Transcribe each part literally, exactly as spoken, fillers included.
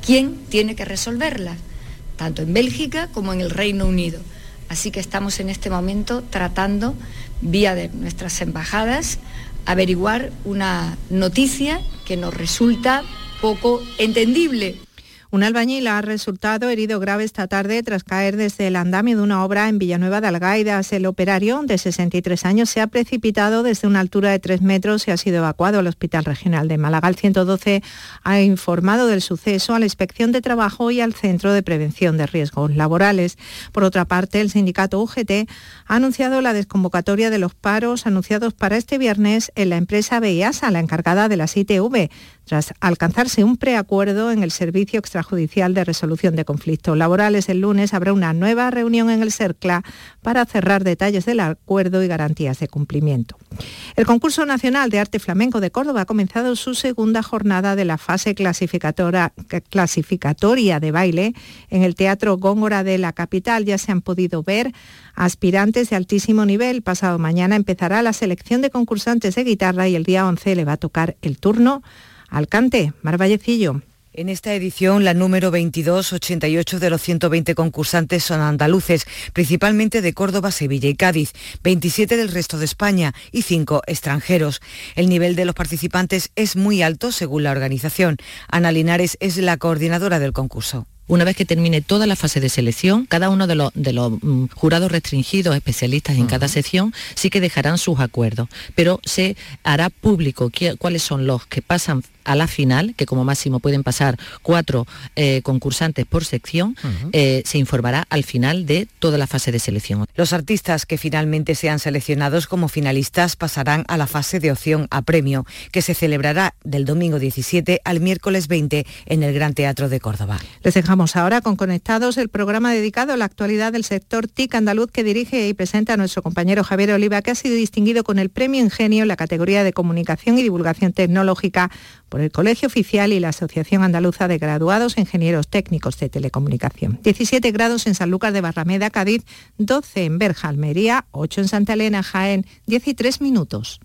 quién tiene que resolverlas, tanto en Bélgica como en el Reino Unido. Así que estamos en este momento tratando, vía de nuestras embajadas, averiguar una noticia que nos resulta poco entendible. Un albañil ha resultado herido grave esta tarde tras caer desde el andamio de una obra en Villanueva de Algaidas. El operario, de sesenta y tres años, se ha precipitado desde una altura de tres metros y ha sido evacuado al Hospital Regional de Málaga. El ciento doce ha informado del suceso a la Inspección de Trabajo y al Centro de Prevención de Riesgos Laborales. Por otra parte, el sindicato U G T ha anunciado la desconvocatoria de los paros anunciados para este viernes en la empresa BEIASA, la encargada de las I T V, tras alcanzarse un preacuerdo en el Servicio Extrajudicial de Resolución de Conflictos Laborales. El lunes habrá una nueva reunión en el CERCLA para cerrar detalles del acuerdo y garantías de cumplimiento. El Concurso Nacional de Arte Flamenco de Córdoba ha comenzado su segunda jornada de la fase clasificatoria, clasificatoria de baile en el Teatro Góngora de la capital. Ya se han podido ver aspirantes de altísimo nivel. Pasado mañana empezará la selección de concursantes de guitarra y el día once le va a tocar el turno al cante. Mar Vallecillo. En esta edición, la número veintidós, ochenta y ocho de los ciento veinte concursantes son andaluces, principalmente de Córdoba, Sevilla y Cádiz, veintisiete del resto de España y cinco extranjeros. El nivel de los participantes es muy alto según la organización. Ana Linares es la coordinadora del concurso. Una vez que termine toda la fase de selección, cada uno de los, de los um, jurados restringidos, especialistas en uh-huh. cada sección, sí que dejarán sus acuerdos, pero se hará público qué, cuáles son los que pasan a la final, que como máximo pueden pasar cuatro eh, concursantes por sección, uh-huh. eh, se informará al final de toda la fase de selección. Los artistas que finalmente sean seleccionados como finalistas pasarán a la fase de opción a premio, que se celebrará del domingo diecisiete al miércoles veinte en el Gran Teatro de Córdoba. Les dejamos ahora con Conectados, el programa dedicado a la actualidad del sector T I C andaluz que dirige y presenta a nuestro compañero Javier Oliva, que ha sido distinguido con el Premio Ingenio en la categoría de Comunicación y Divulgación Tecnológica por el Colegio Oficial y la Asociación Andaluza de Graduados Ingenieros Técnicos de Telecomunicación. diecisiete grados en Sanlúcar de Barrameda, Cádiz, doce en Berja, Almería, ocho en Santa Elena, Jaén, diez y tres minutos.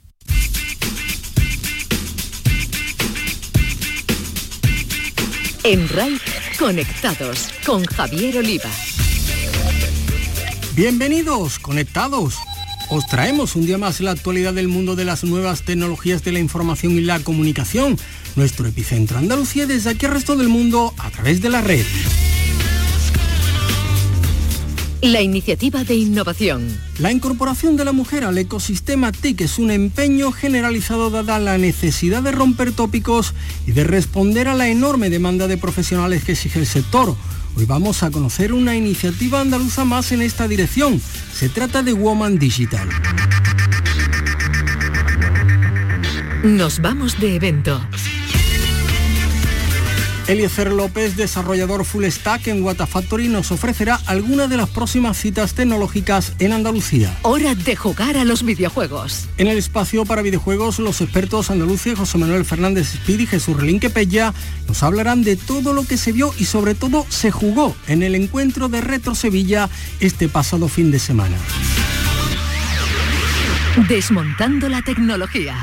En RAI, Conectados con Javier Oliva. Bienvenidos, conectados. Os traemos un día más la actualidad del mundo de las nuevas tecnologías de la información y la comunicación. Nuestro epicentro Andalucía, desde aquí al resto del mundo a través de la red. La iniciativa de innovación. La incorporación de la mujer al ecosistema T I C es un empeño generalizado dada la necesidad de romper tópicos y de responder a la enorme demanda de profesionales que exige el sector. Hoy vamos a conocer una iniciativa andaluza más en esta dirección. Se trata de Woman Digital. Nos vamos de evento. Eliezer López, desarrollador full stack en Watafactory, nos ofrecerá algunas de las próximas citas tecnológicas en Andalucía. Hora de jugar a los videojuegos. En el espacio para videojuegos, los expertos andaluces José Manuel Fernández Espíritu y Jesús Relinque Pella nos hablarán de todo lo que se vio y sobre todo se jugó en el encuentro de Retro Sevilla este pasado fin de semana. Desmontando la tecnología.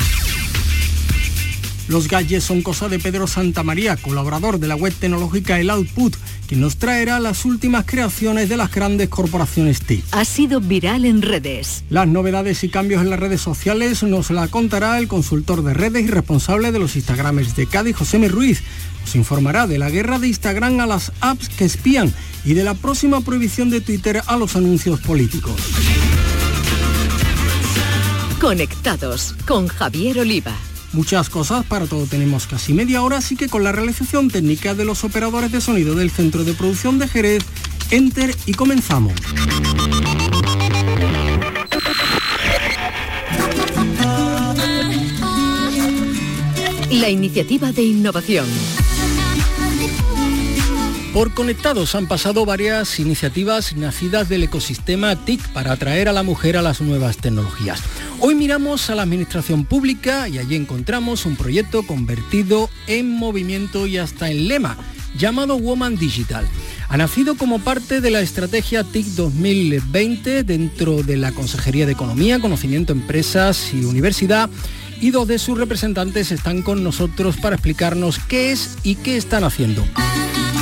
Los gadgets son cosa de Pedro Santamaría, colaborador de la web tecnológica El Output, quien nos traerá las últimas creaciones de las grandes corporaciones T I C. Ha sido viral en redes. Las novedades y cambios en las redes sociales nos la contará el consultor de redes y responsable de los Instagramers de Cádiz, Josemi Ruiz. Nos informará de la guerra de Instagram a las apps que espían y de la próxima prohibición de Twitter a los anuncios políticos. Conectados con Javier Oliva. Muchas cosas, para todo tenemos casi media hora, así que con la realización técnica de los operadores de sonido del Centro de Producción de Jerez, enter y comenzamos. La iniciativa de innovación. Por Conectados han pasado varias iniciativas nacidas del ecosistema T I C para atraer a la mujer a las nuevas tecnologías. Hoy miramos a la administración pública y allí encontramos un proyecto convertido en movimiento y hasta en lema, llamado Woman Digital. Ha nacido como parte de la estrategia T I C dos mil veinte dentro de la Consejería de Economía, Conocimiento, Empresas y Universidad, y dos de sus representantes están con nosotros para explicarnos qué es y qué están haciendo.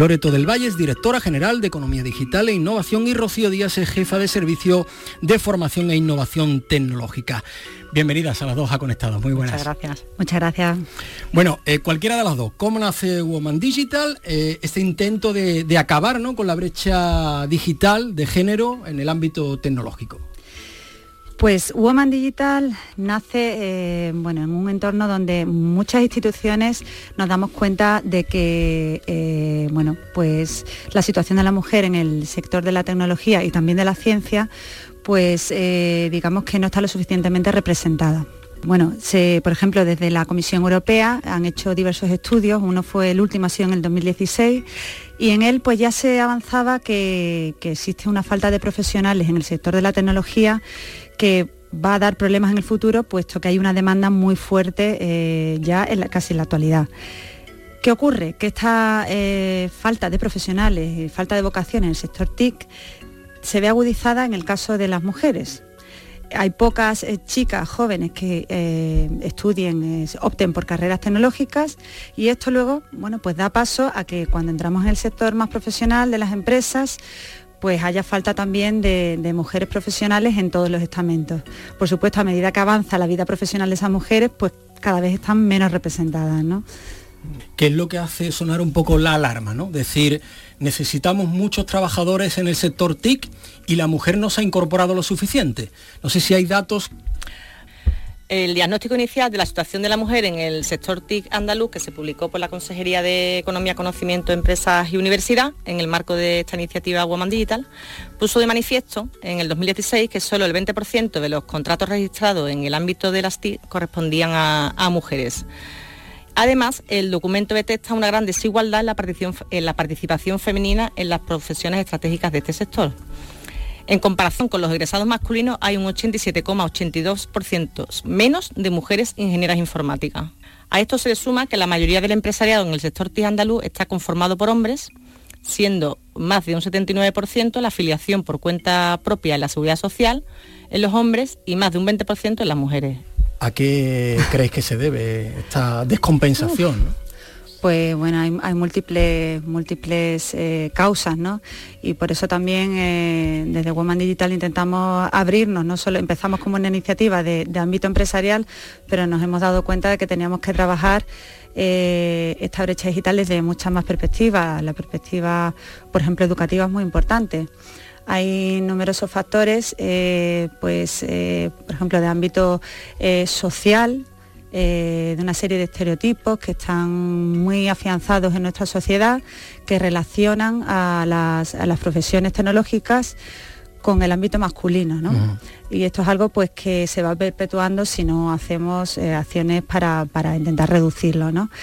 Loreto del Valle es directora general de Economía Digital e Innovación y Rocío Díaz es jefa de Servicio de Formación e Innovación Tecnológica. Bienvenidas a las dos a Conectados, muy buenas. Muchas gracias. Muchas gracias. Bueno, eh, cualquiera de las dos, ¿cómo nace Woman Digital? Eh, este intento de, de acabar, ¿no?, con la brecha digital de género en el ámbito tecnológico. Pues Woman Digital nace eh, bueno, en un entorno donde muchas instituciones nos damos cuenta de que eh, bueno, pues la situación de la mujer en el sector de la tecnología y también de la ciencia, pues eh, digamos que no está lo suficientemente representada. Bueno, se, por ejemplo, desde la Comisión Europea han hecho diversos estudios, uno fue el último, ha sido en el dos mil dieciséis, y en él pues ya se avanzaba que, que existe una falta de profesionales en el sector de la tecnología que va a dar problemas en el futuro, puesto que hay una demanda muy fuerte eh, ya en la, casi en la actualidad. ¿Qué ocurre? Que esta eh, falta de profesionales y falta de vocación en el sector T I C se ve agudizada en el caso de las mujeres. Hay pocas eh, chicas jóvenes que eh, estudien, eh, opten por carreras tecnológicas, y esto luego, bueno, pues da paso a que cuando entramos en el sector más profesional de las empresas, pues haya falta también de, de mujeres profesionales en todos los estamentos. Por supuesto, a medida que avanza la vida profesional de esas mujeres, pues cada vez están menos representadas, ¿no? ¿Qué es lo que hace sonar un poco la alarma, ¿no? Decir, necesitamos muchos trabajadores en el sector T I C y la mujer no se ha incorporado lo suficiente. No sé si hay datos. El diagnóstico inicial de la situación de la mujer en el sector T I C andaluz, que se publicó por la Consejería de Economía, Conocimiento, Empresas y Universidad, en el marco de esta iniciativa Woman Digital, puso de manifiesto en el dos mil dieciséis que solo el veinte por ciento de los contratos registrados en el ámbito de las T I C correspondían a, a mujeres. Además, el documento detecta una gran desigualdad en la participación, en la participación femenina en las profesiones estratégicas de este sector. En comparación con los egresados masculinos, hay un ochenta y siete coma ochenta y dos por ciento menos de mujeres ingenieras informáticas. A esto se le suma que la mayoría del empresariado en el sector T I C andaluz está conformado por hombres, siendo más de un setenta y nueve por ciento la afiliación por cuenta propia en la seguridad social en los hombres y más de un veinte por ciento en las mujeres. ¿A qué creéis que se debe esta descompensación, ¿no? Pues bueno, hay, hay múltiples, múltiples eh, causas, ¿no? Y por eso también eh, desde Woman Digital intentamos abrirnos, no solo empezamos como una iniciativa de, de ámbito empresarial, pero nos hemos dado cuenta de que teníamos que trabajar eh, esta brecha digital desde muchas más perspectivas. La perspectiva, por ejemplo, educativa es muy importante. Hay numerosos factores, eh, pues, eh, por ejemplo, de ámbito eh, social, Eh, de una serie de estereotipos que están muy afianzados en nuestra sociedad, que relacionan a las, a las profesiones tecnológicas con el ámbito masculino, ¿no? Uh-huh. Y esto es algo pues que se va perpetuando si no hacemos eh, acciones para, para intentar reducirlo, ¿no?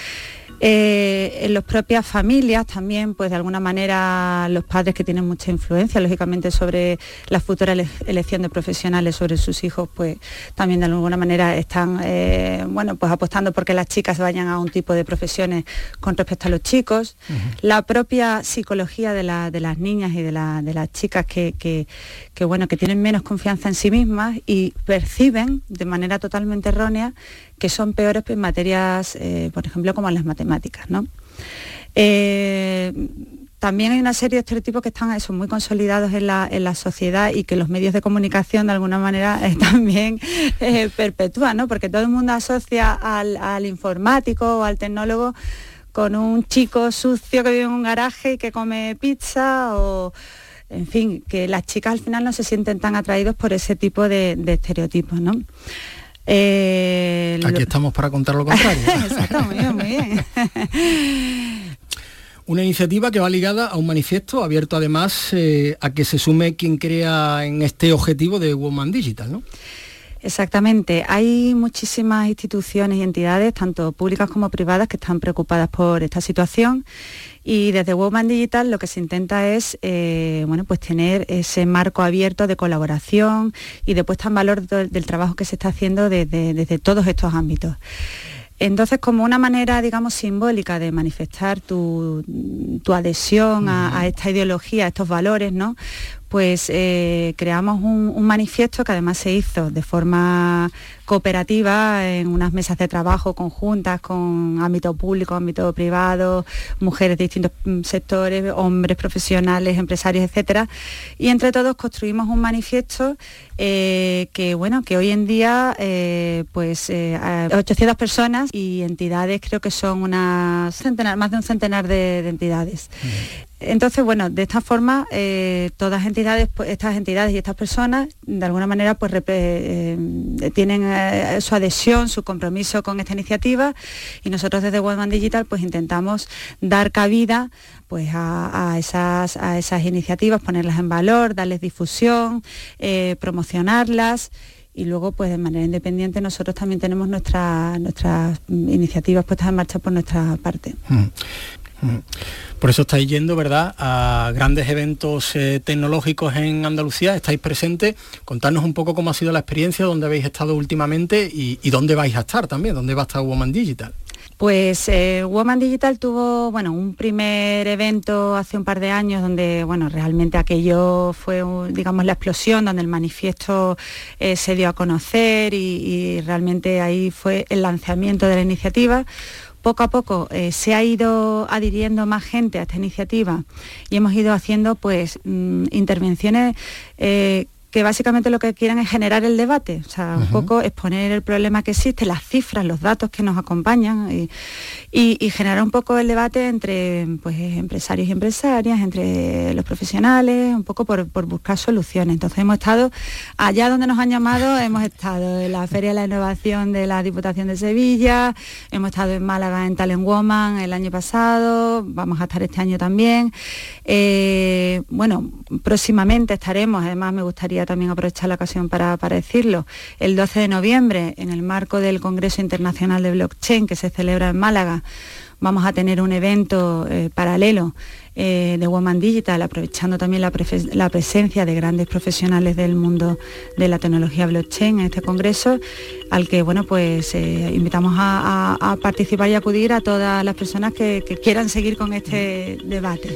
Eh, en las propias familias también, pues de alguna manera los padres, que tienen mucha influencia lógicamente sobre la futura ele- elección de profesionales sobre sus hijos, pues también de alguna manera están eh, bueno, pues apostando porque las chicas vayan a un tipo de profesiones con respecto a los chicos. Uh-huh. La propia psicología de, la, de las niñas y de, la, de las chicas que, que, que, bueno, que tienen menos confianza en sí mismas y perciben de manera totalmente errónea que son peores en materias, eh, por ejemplo, como en las matemáticas, ¿no? Eh, también hay una serie de estereotipos que están eso, muy consolidados en la, en la sociedad y que los medios de comunicación de alguna manera eh, también eh, perpetúan, ¿no? Porque todo el mundo asocia al, al informático o al tecnólogo con un chico sucio que vive en un garaje y que come pizza, o en fin, que las chicas al final no se sienten tan atraídos por ese tipo de, de estereotipos, ¿no? Eh, Aquí estamos para contar lo contrario. Exacto, muy bien, muy bien. Una iniciativa que va ligada a un manifiesto abierto además eh, a que se sume quien crea en este objetivo de Woman Digital, ¿no? Exactamente. Hay muchísimas instituciones y entidades, tanto públicas como privadas, que están preocupadas por esta situación. Y desde Woman Digital lo que se intenta es eh, bueno, pues tener ese marco abierto de colaboración y de puesta en valor do, del trabajo que se está haciendo desde, desde todos estos ámbitos. Entonces, como una manera, digamos, simbólica de manifestar tu, tu adhesión a, a esta ideología, a estos valores, ¿no? Pues eh, creamos un, un manifiesto que además se hizo de forma cooperativa, en unas mesas de trabajo conjuntas con ámbito público, ámbito privado, mujeres de distintos sectores, hombres profesionales, empresarios, etcétera, y entre todos construimos un manifiesto eh, que bueno que hoy en día eh, pues eh, ochocientas personas y entidades, creo que son unas centenar, más de un centenar de, de entidades. Mm. Entonces, bueno, de esta forma, eh, todas entidades, pues, estas entidades y estas personas, de alguna manera, pues eh, tienen eh, su adhesión, su compromiso con esta iniciativa, y nosotros desde Woman Digital, pues intentamos dar cabida, pues a, a, esas, a esas iniciativas, ponerlas en valor, darles difusión, eh, promocionarlas. Y luego, pues de manera independiente, nosotros también tenemos nuestra, nuestras iniciativas puestas en marcha por nuestra parte. Mm. Por eso estáis yendo, ¿verdad?, a grandes eventos eh, tecnológicos en Andalucía, estáis presentes. Contadnos un poco cómo ha sido la experiencia, dónde habéis estado últimamente y, y dónde vais a estar también, dónde va a estar Woman Digital. Pues eh, Woman Digital tuvo, bueno, un primer evento hace un par de años donde, bueno, realmente aquello fue, digamos, la explosión, donde el manifiesto eh, se dio a conocer y, y realmente ahí fue el lanzamiento de la iniciativa. Poco a poco eh, se ha ido adhiriendo más gente a esta iniciativa y hemos ido haciendo pues mmm, intervenciones eh, que básicamente lo que quieran es generar el debate, o sea, uh-huh. un poco exponer el problema que existe, las cifras, los datos que nos acompañan y, y, y generar un poco el debate entre pues, empresarios y empresarias, entre los profesionales, un poco por, por buscar soluciones. Entonces hemos estado allá donde nos han llamado, hemos estado en la Feria de la Innovación de la Diputación de Sevilla, hemos estado en Málaga en Talent Woman el año pasado, vamos a estar este año también. Eh, bueno, próximamente estaremos, además me gustaría también aprovechar la ocasión para, para decirlo, el doce de noviembre, en el marco del Congreso Internacional de Blockchain que se celebra en Málaga, vamos a tener un evento eh, paralelo eh, de Woman Digital, aprovechando también la, prefe- la presencia de grandes profesionales del mundo de la tecnología blockchain en este congreso, al que bueno pues eh, invitamos a, a, a participar y acudir a todas las personas que, que quieran seguir con este debate.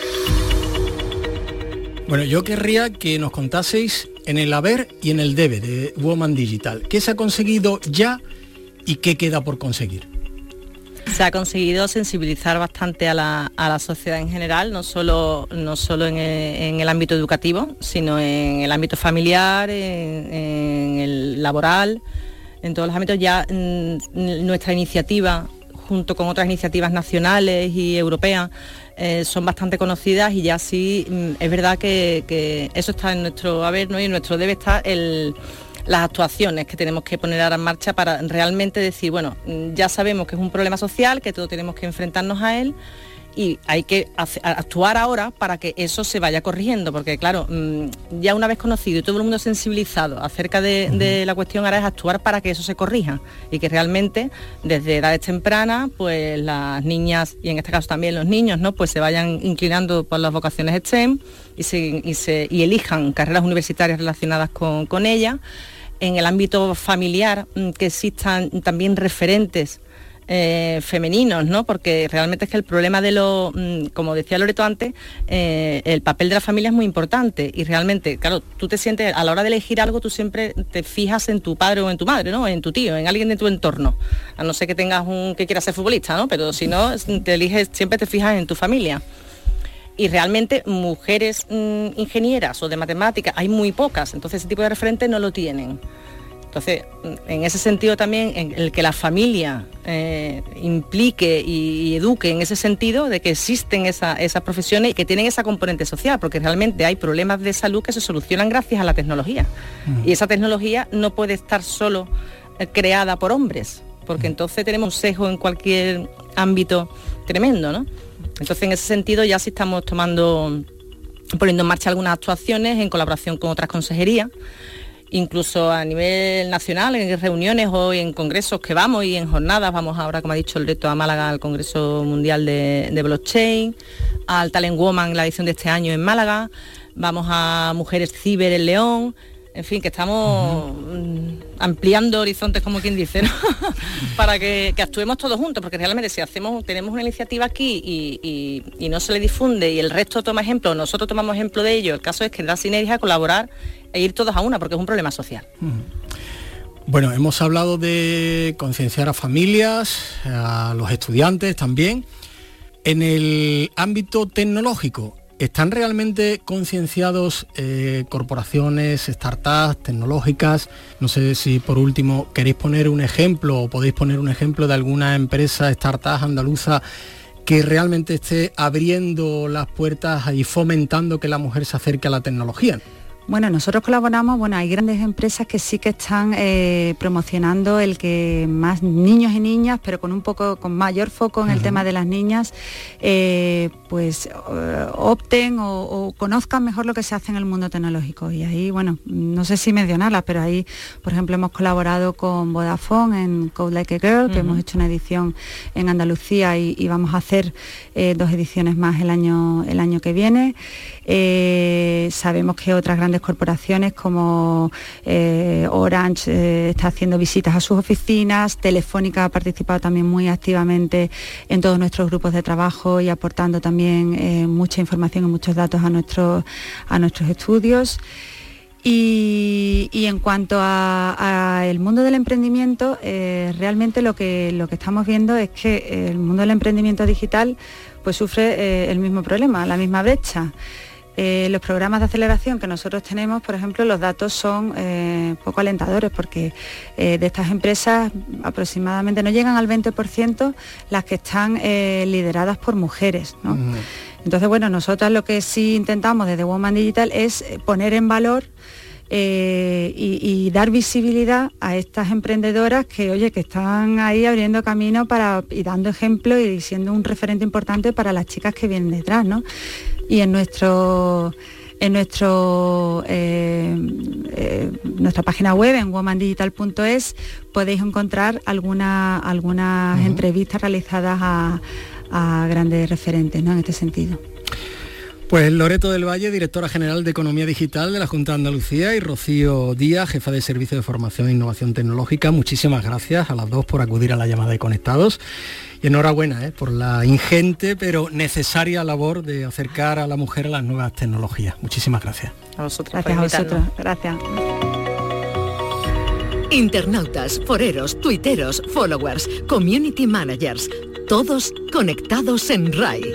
Bueno, yo querría que nos contaseis en el haber y en el debe de Woman Digital. ¿Qué se ha conseguido ya y qué queda por conseguir? Se ha conseguido sensibilizar bastante a la, a la sociedad en general, no solo, no solo en, el, en el ámbito educativo, sino en el ámbito familiar, en, en el laboral, en todos los ámbitos. Ya n- nuestra iniciativa, junto con otras iniciativas nacionales y europeas, Eh, son bastante conocidas y ya sí mm, es verdad que, que eso está en nuestro haber, ¿no? Y en nuestro debe está el, las actuaciones que tenemos que poner ahora en marcha para realmente decir, bueno, ya sabemos que es un problema social, que todos tenemos que enfrentarnos a él y hay que hacer, actuar ahora para que eso se vaya corrigiendo, porque claro, ya una vez conocido y todo el mundo sensibilizado acerca de, de la cuestión, ahora es actuar para que eso se corrija y que realmente desde edades tempranas pues las niñas y en este caso también los niños, ¿no?, pues se vayan inclinando por las vocaciones STEM y, se, y, se, y elijan carreras universitarias relacionadas con, con ellas. En el ámbito familiar, que existan también referentes Eh, femeninos, ¿no? Porque realmente es que el problema de lo, como decía Loreto antes, eh, el papel de la familia es muy importante y realmente, claro, tú te sientes, a la hora de elegir algo, tú siempre te fijas en tu padre o en tu madre, ¿no? En tu tío, en alguien de tu entorno, a no ser que tengas un que quieras ser futbolista, ¿no? Pero si no, te eliges, siempre te fijas en tu familia. Y realmente mujeres mmm, ingenieras o de matemáticas hay muy pocas, entonces ese tipo de referentes no lo tienen. Entonces, en ese sentido también, en el que la familia eh, implique y, y eduque en ese sentido de que existen esa, esas profesiones y que tienen esa componente social, porque realmente hay problemas de salud que se solucionan gracias a la tecnología. Mm. Y esa tecnología no puede estar solo eh, creada por hombres, porque mm. entonces tenemos un sesgo en cualquier ámbito tremendo, ¿no? Entonces, en ese sentido ya sí estamos tomando, poniendo en marcha algunas actuaciones en colaboración con otras consejerías, incluso a nivel nacional, en reuniones o en congresos que vamos y en jornadas. Vamos ahora, como ha dicho el reto, a Málaga al Congreso Mundial de, de Blockchain, al Talent Woman, la edición de este año en Málaga, vamos a Mujeres Ciber en León, en fin, que estamos uh-huh. ampliando horizontes, como quien dice, ¿no? Para que, que actuemos todos juntos, porque realmente si hacemos, tenemos una iniciativa aquí y, y, y no se le difunde y el resto toma ejemplo, nosotros tomamos ejemplo de ello, el caso es que da sinergia, colaborar e ir todos a una, porque es un problema social. Uh-huh. Bueno, hemos hablado de concienciar a familias, a los estudiantes también. En el ámbito tecnológico, ¿están realmente concienciados eh, corporaciones, startups tecnológicas? No sé si por último queréis poner un ejemplo o podéis poner un ejemplo de alguna empresa, startup andaluza que realmente esté abriendo las puertas y fomentando que la mujer se acerque a la tecnología. Bueno, nosotros colaboramos, bueno, hay grandes empresas que sí que están eh, promocionando el que más niños y niñas, pero con un poco, con mayor foco en el uh-huh. tema de las niñas, eh, pues eh, opten o, o conozcan mejor lo que se hace en el mundo tecnológico. Y ahí, bueno, no sé si mencionarlas, pero ahí, por ejemplo, hemos colaborado con Vodafone en Code Like a Girl, uh-huh. que hemos hecho una edición en Andalucía y, y vamos a hacer eh, dos ediciones más el año, el año que viene. Eh, sabemos que otras grandes corporaciones como eh, Orange eh, está haciendo visitas a sus oficinas, Telefónica ha participado también muy activamente en todos nuestros grupos de trabajo y aportando también eh, mucha información y muchos datos a nuestros a nuestros estudios. Y, y en cuanto al mundo del emprendimiento, eh, realmente lo que, lo que estamos viendo es que el mundo del emprendimiento digital pues sufre eh, el mismo problema, la misma brecha. Eh, los programas de aceleración que nosotros tenemos, por ejemplo, los datos son eh, poco alentadores porque eh, de estas empresas aproximadamente no llegan al veinte por ciento las que están eh, lideradas por mujeres, ¿no? Mm. Entonces, bueno, nosotras lo que sí intentamos desde Woman Digital es poner en valor eh, y, y dar visibilidad a estas emprendedoras que, oye, que están ahí abriendo camino para, y dando ejemplo y siendo un referente importante para las chicas que vienen detrás, ¿no? Y en nuestro en nuestro eh, eh, nuestra página web en woman digital punto es podéis encontrar alguna, algunas uh-huh. entrevistas realizadas a, a grandes referentes, ¿no? En este sentido. Pues Loreto del Valle, directora general de Economía Digital de la Junta de Andalucía, y Rocío Díaz, jefa de Servicio de Formación e Innovación Tecnológica, muchísimas gracias a las dos por acudir a la llamada de Conectados. Y enhorabuena ¿eh? por la ingente pero necesaria labor de acercar a la mujer a las nuevas tecnologías. Muchísimas gracias. A vosotros. Gracias a vosotros. Gracias. Internautas, foreros, tuiteros, followers, community managers, todos conectados en R A I.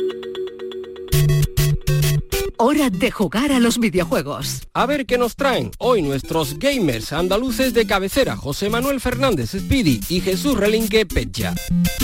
Hora de jugar a los videojuegos. A ver qué nos traen hoy nuestros gamers andaluces de cabecera, José Manuel Fernández Speedy y Jesús Relinque Pecha.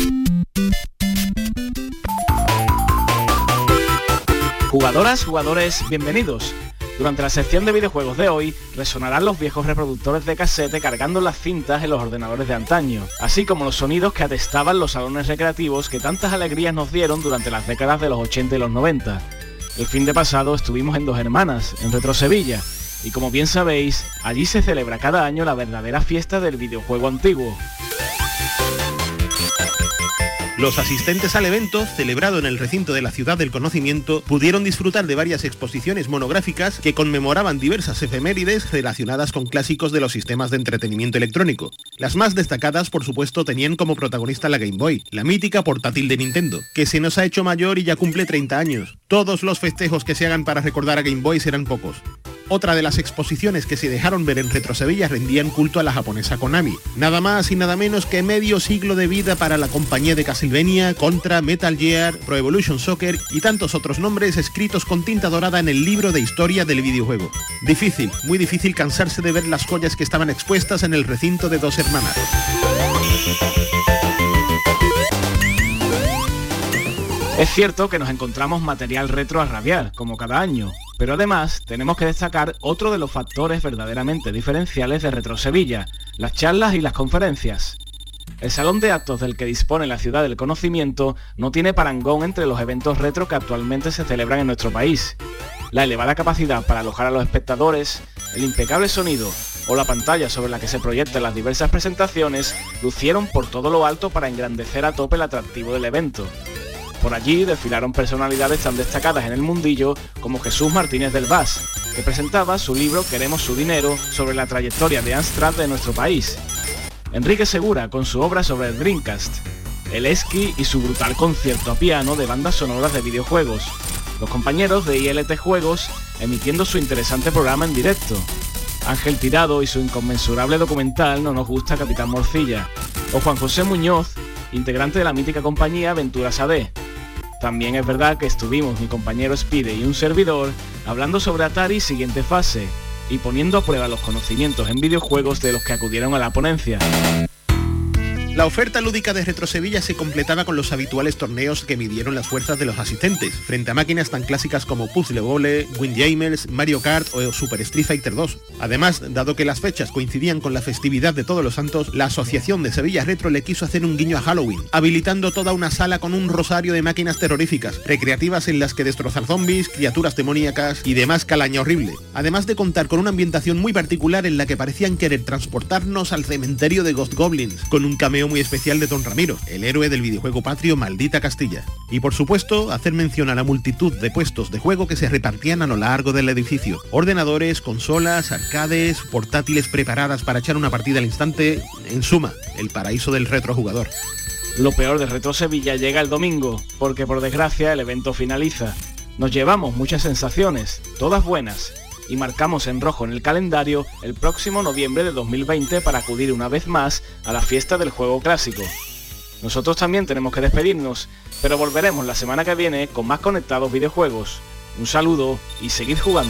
Jugadoras, jugadores, bienvenidos. Durante la sección de videojuegos de hoy, resonarán los viejos reproductores de casete cargando las cintas en los ordenadores de antaño, así como los sonidos que atestaban los salones recreativos que tantas alegrías nos dieron durante las décadas de los ochenta y los noventa. El fin de pasado estuvimos en Dos Hermanas, en Retro Sevilla, y como bien sabéis, allí se celebra cada año la verdadera fiesta del videojuego antiguo. Los asistentes al evento, celebrado en el recinto de la Ciudad del Conocimiento, pudieron disfrutar de varias exposiciones monográficas que conmemoraban diversas efemérides relacionadas con clásicos de los sistemas de entretenimiento electrónico. Las más destacadas, por supuesto, tenían como protagonista la Game Boy, la mítica portátil de Nintendo, que se nos ha hecho mayor y ya cumple treinta años. Todos los festejos que se hagan para recordar a Game Boy serán pocos. Otra de las exposiciones que se dejaron ver en Retro Sevilla rendían culto a la japonesa Konami. Nada más y nada menos que medio siglo de vida para la compañía de Castlevania, Contra, Metal Gear, Pro Evolution Soccer y tantos otros nombres escritos con tinta dorada en el libro de historia del videojuego. Difícil, muy difícil cansarse de ver las joyas que estaban expuestas en el recinto de Dos Hermanas. Es cierto que nos encontramos material retro a rabiar, como cada año, pero además tenemos que destacar otro de los factores verdaderamente diferenciales de Retro Sevilla, las charlas y las conferencias. El salón de actos del que dispone la Ciudad del Conocimiento no tiene parangón entre los eventos retro que actualmente se celebran en nuestro país. La elevada capacidad para alojar a los espectadores, el impecable sonido o la pantalla sobre la que se proyectan las diversas presentaciones lucieron por todo lo alto para engrandecer a tope el atractivo del evento. Por allí desfilaron personalidades tan destacadas en el mundillo como Jesús Martínez del Vaz, que presentaba su libro Queremos su dinero sobre la trayectoria de Amstrad de nuestro país. Enrique Segura con su obra sobre el Dreamcast, el Esqui y su brutal concierto a piano de bandas sonoras de videojuegos, los compañeros de I L T Juegos emitiendo su interesante programa en directo. Ángel Tirado y su inconmensurable documental No nos gusta Capitán Morcilla, o Juan José Muñoz, integrante de la mítica compañía Aventuras A D. También es verdad que estuvimos mi compañero Speedy y un servidor hablando sobre Atari Siguiente Fase y poniendo a prueba los conocimientos en videojuegos de los que acudieron a la ponencia. La oferta lúdica de Retro Sevilla se completaba con los habituales torneos que midieron las fuerzas de los asistentes, frente a máquinas tan clásicas como Puzzle Bobble, Windjammers, Mario Kart o Super Street Fighter dos. Además, dado que las fechas coincidían con la festividad de Todos los Santos, la Asociación de Sevilla Retro le quiso hacer un guiño a Halloween, habilitando toda una sala con un rosario de máquinas terroríficas, recreativas en las que destrozar zombies, criaturas demoníacas y demás calaña horrible. Además de contar con una ambientación muy particular en la que parecían querer transportarnos al cementerio de Ghost Goblins, con un cameo muy especial de Don Ramiro, el héroe del videojuego patrio Maldita Castilla. Y por supuesto, hacer mención a la multitud de puestos de juego que se repartían a lo largo del edificio. Ordenadores, consolas, arcades, portátiles preparadas para echar una partida al instante. En suma, el paraíso del retrojugador. Lo peor de Retro Sevilla llega el domingo, porque por desgracia el evento finaliza. Nos llevamos muchas sensaciones, todas buenas, y marcamos en rojo en el calendario el próximo noviembre de dos mil veinte para acudir una vez más a la fiesta del juego clásico. Nosotros también tenemos que despedirnos, pero volveremos la semana que viene con más conectados videojuegos. Un saludo y seguid jugando.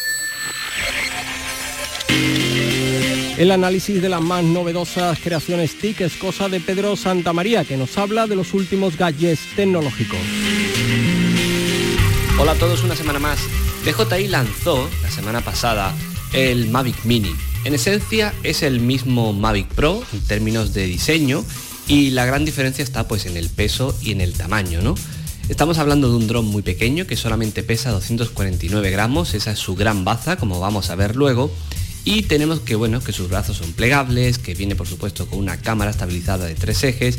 El análisis de las más novedosas creaciones T I C es cosa de Pedro Santamaría, que nos habla de los últimos gadgets tecnológicos. Hola a todos, una semana más. D J I lanzó la semana pasada el Mavic Mini. En esencia es el mismo Mavic Pro en términos de diseño y la gran diferencia está pues en el peso y en el tamaño, ¿no? Estamos hablando de un dron muy pequeño que solamente pesa doscientos cuarenta y nueve gramos, esa es su gran baza, como vamos a ver luego. Y tenemos que, bueno, que sus brazos son plegables, que viene por supuesto con una cámara estabilizada de tres ejes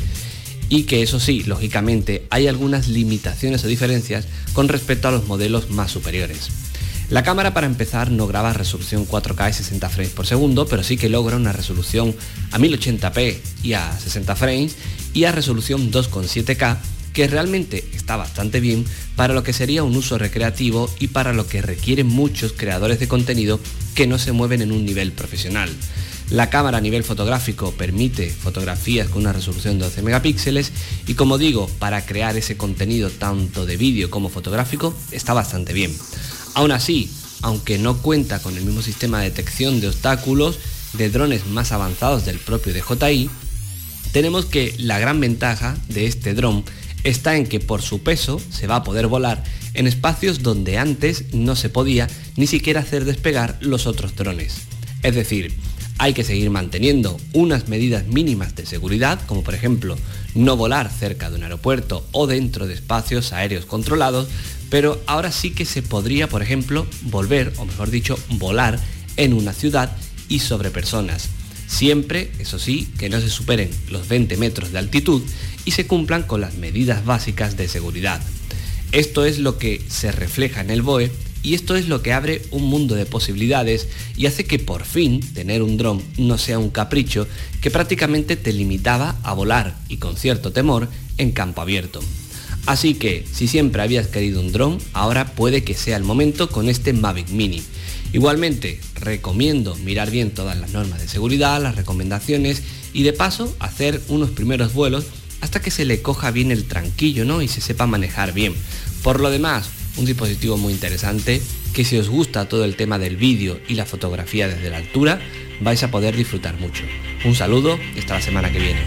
y que eso sí, lógicamente, hay algunas limitaciones o diferencias con respecto a los modelos más superiores. La cámara, para empezar, no graba a resolución cuatro K y sesenta frames por segundo, pero sí que logra una resolución a mil ochenta p y a sesenta frames y a resolución dos coma siete K, que realmente está bastante bien para lo que sería un uso recreativo y para lo que requieren muchos creadores de contenido que no se mueven en un nivel profesional. La cámara a nivel fotográfico permite fotografías con una resolución de doce megapíxeles y, como digo, para crear ese contenido tanto de vídeo como fotográfico está bastante bien. Aún así, aunque no cuenta con el mismo sistema de detección de obstáculos de drones más avanzados del propio D J I, tenemos que la gran ventaja de este dron está en que por su peso se va a poder volar en espacios donde antes no se podía ni siquiera hacer despegar los otros drones. Es decir, hay que seguir manteniendo unas medidas mínimas de seguridad, como por ejemplo no volar cerca de un aeropuerto o dentro de espacios aéreos controlados, pero ahora sí que se podría, por ejemplo, volver, o mejor dicho, volar en una ciudad y sobre personas. Siempre, eso sí, que no se superen los veinte metros de altitud y se cumplan con las medidas básicas de seguridad. Esto es lo que se refleja en el B O E y esto es lo que abre un mundo de posibilidades y hace que por fin tener un dron no sea un capricho que prácticamente te limitaba a volar y con cierto temor en campo abierto. Así que si siempre habías querido un dron, ahora puede que sea el momento con este Mavic Mini. Igualmente, recomiendo mirar bien todas las normas de seguridad, las recomendaciones y de paso hacer unos primeros vuelos hasta que se le coja bien el tranquillo, ¿no? Y se sepa manejar bien. Por lo demás, un dispositivo muy interesante que si os gusta todo el tema del vídeo y la fotografía desde la altura, vais a poder disfrutar mucho. Un saludo y hasta la semana que viene.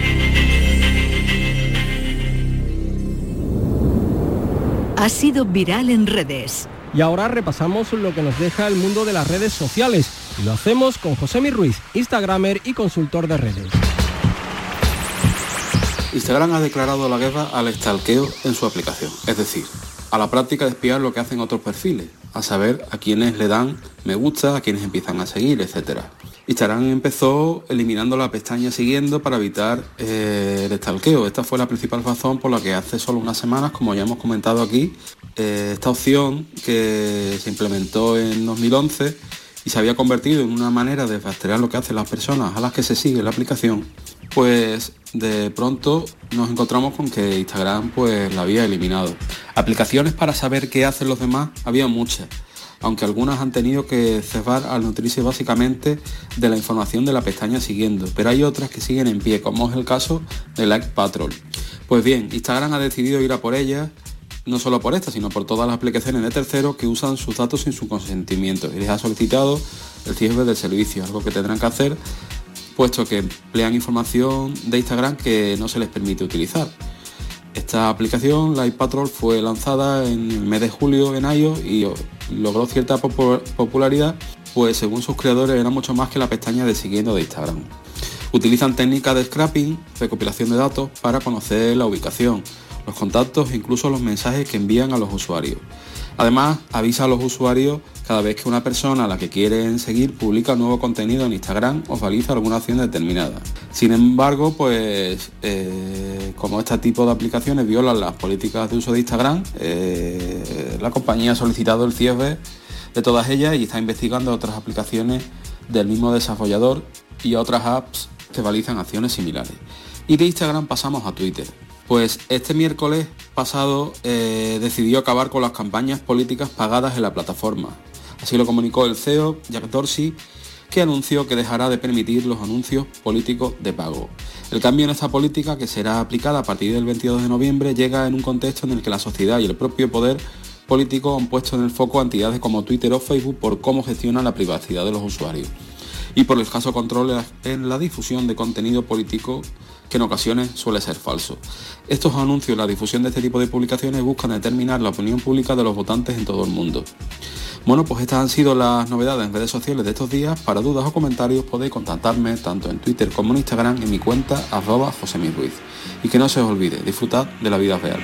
Ha sido viral en redes. Y ahora repasamos lo que nos deja el mundo de las redes sociales y lo hacemos con Josemi Ruiz, instagramer y consultor de redes. Instagram ha declarado la guerra al stalkeo en su aplicación, es decir, a la práctica de espiar lo que hacen otros perfiles, a saber a quienes le dan me gusta, a quienes empiezan a seguir, etcétera. Instagram empezó eliminando la pestaña siguiendo para evitar eh, el stalkeo. Esta fue la principal razón por la que hace solo unas semanas, como ya hemos comentado aquí, eh, esta opción que se implementó en dos mil once y se había convertido en una manera de rastrear lo que hacen las personas a las que se sigue la aplicación, pues de pronto nos encontramos con que Instagram pues la había eliminado. Aplicaciones para saber qué hacen los demás había muchas, aunque algunas han tenido que cebar al nutrirse básicamente de la información de la pestaña siguiendo, pero hay otras que siguen en pie, como es el caso de Like Patrol. Pues bien, Instagram ha decidido ir a por ellas, no solo por esta, sino por todas las aplicaciones de terceros que usan sus datos sin su consentimiento, y les ha solicitado el cierre del servicio, algo que tendrán que hacer, puesto que emplean información de Instagram que no se les permite utilizar. Esta aplicación, Like Patrol, fue lanzada en el mes de julio en iOS y logró cierta popularidad, pues según sus creadores era mucho más que la pestaña de siguiendo de Instagram. Utilizan técnicas de scraping, recopilación de datos, para conocer la ubicación, los contactos e incluso los mensajes que envían a los usuarios. Además, avisa a los usuarios cada vez que una persona a la que quieren seguir publica nuevo contenido en Instagram o realiza alguna acción determinada. Sin embargo, pues eh, como este tipo de aplicaciones violan las políticas de uso de Instagram, eh, la compañía ha solicitado el cierre de todas ellas y está investigando otras aplicaciones del mismo desarrollador y otras apps que realizan acciones similares. Y de Instagram pasamos a Twitter. Pues este miércoles pasado eh, decidió acabar con las campañas políticas pagadas en la plataforma. Así lo comunicó el C E O, Jack Dorsey, que anunció que dejará de permitir los anuncios políticos de pago. El cambio en esta política, que será aplicada a partir del veintidós de noviembre, llega en un contexto en el que la sociedad y el propio poder político han puesto en el foco a entidades como Twitter o Facebook por cómo gestionan la privacidad de los usuarios y por el escaso control en la difusión de contenido político, que en ocasiones suele ser falso. Estos anuncios y la difusión de este tipo de publicaciones buscan determinar la opinión pública de los votantes en todo el mundo. Bueno, pues estas han sido las novedades en redes sociales de estos días. Para dudas o comentarios podéis contactarme tanto en Twitter como en Instagram en mi cuenta arroba josemilruiz. Y que no se os olvide, disfrutad de la vida real.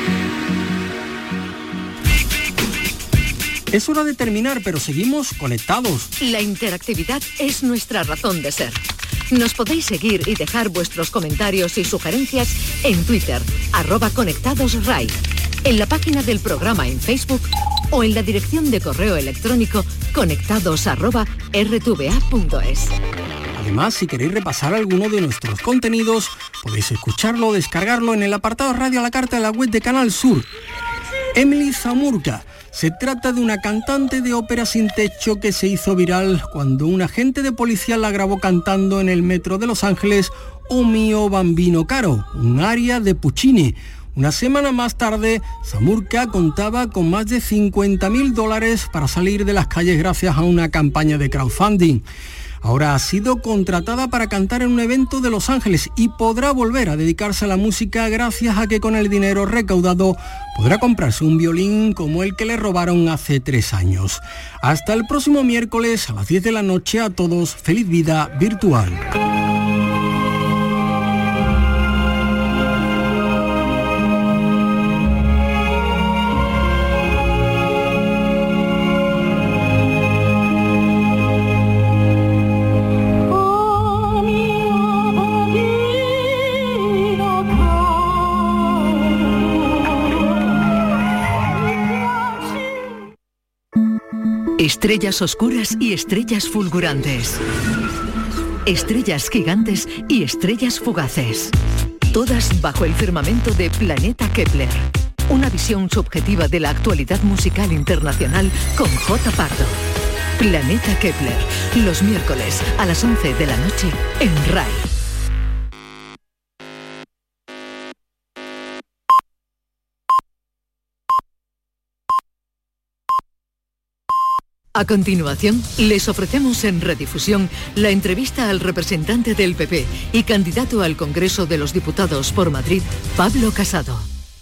Es hora de terminar, pero seguimos conectados. La interactividad es nuestra razón de ser. Nos podéis seguir y dejar vuestros comentarios y sugerencias en Twitter, arroba conectadosrai, en la página del programa en Facebook o en la dirección de correo electrónico conectados arroba r t v a punto es. Además, si queréis repasar alguno de nuestros contenidos, podéis escucharlo o descargarlo en el apartado Radio a la Carta de la web de Canal Sur. Emily Zamurka. Se trata de una cantante de ópera sin techo que se hizo viral cuando un agente de policía la grabó cantando en el metro de Los Ángeles O mio bambino caro, un aria de Puccini. Una semana más tarde, Zamurka contaba con más de cincuenta mil dólares para salir de las calles gracias a una campaña de crowdfunding. Ahora ha sido contratada para cantar en un evento de Los Ángeles y podrá volver a dedicarse a la música gracias a que con el dinero recaudado podrá comprarse un violín como el que le robaron hace tres años. Hasta el próximo miércoles a las diez de la noche, a todos, feliz vida virtual. Estrellas oscuras y estrellas fulgurantes. Estrellas gigantes y estrellas fugaces. Todas bajo el firmamento de Planeta Kepler. Una visión subjetiva de la actualidad musical internacional con J. Pardo. Planeta Kepler. Los miércoles a las once de la noche en R A I. A continuación, les ofrecemos en redifusión la entrevista al representante del P P y candidato al Congreso de los Diputados por Madrid, Pablo Casado.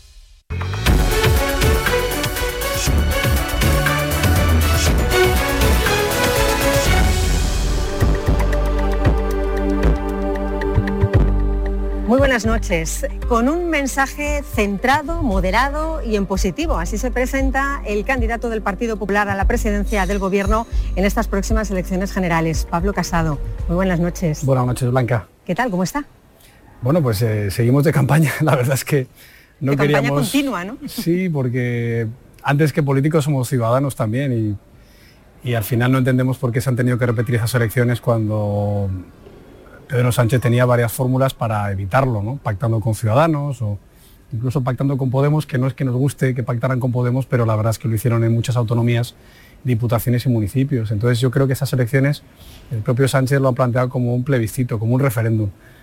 Muy buenas noches. Con un mensaje centrado, moderado y en positivo. Así se presenta el candidato del Partido Popular a la presidencia del Gobierno en estas próximas elecciones generales, Pablo Casado. Muy buenas noches. Buenas noches, Blanca. ¿Qué tal? ¿Cómo está? Bueno, pues eh, seguimos de campaña. La verdad es que no de queríamos... campaña continua, ¿no? Sí, porque antes que políticos somos ciudadanos también y, y al final no entendemos por qué se han tenido que repetir esas elecciones cuando Pedro Sánchez tenía varias fórmulas para evitarlo, ¿no? Pactando con Ciudadanos o incluso pactando con Podemos, que no es que nos guste que pactaran con Podemos, pero la verdad es que lo hicieron en muchas autonomías diputaciones y municipios. Entonces yo creo que esas elecciones, el propio Sánchez lo ha planteado como un plebiscito, como un referéndum.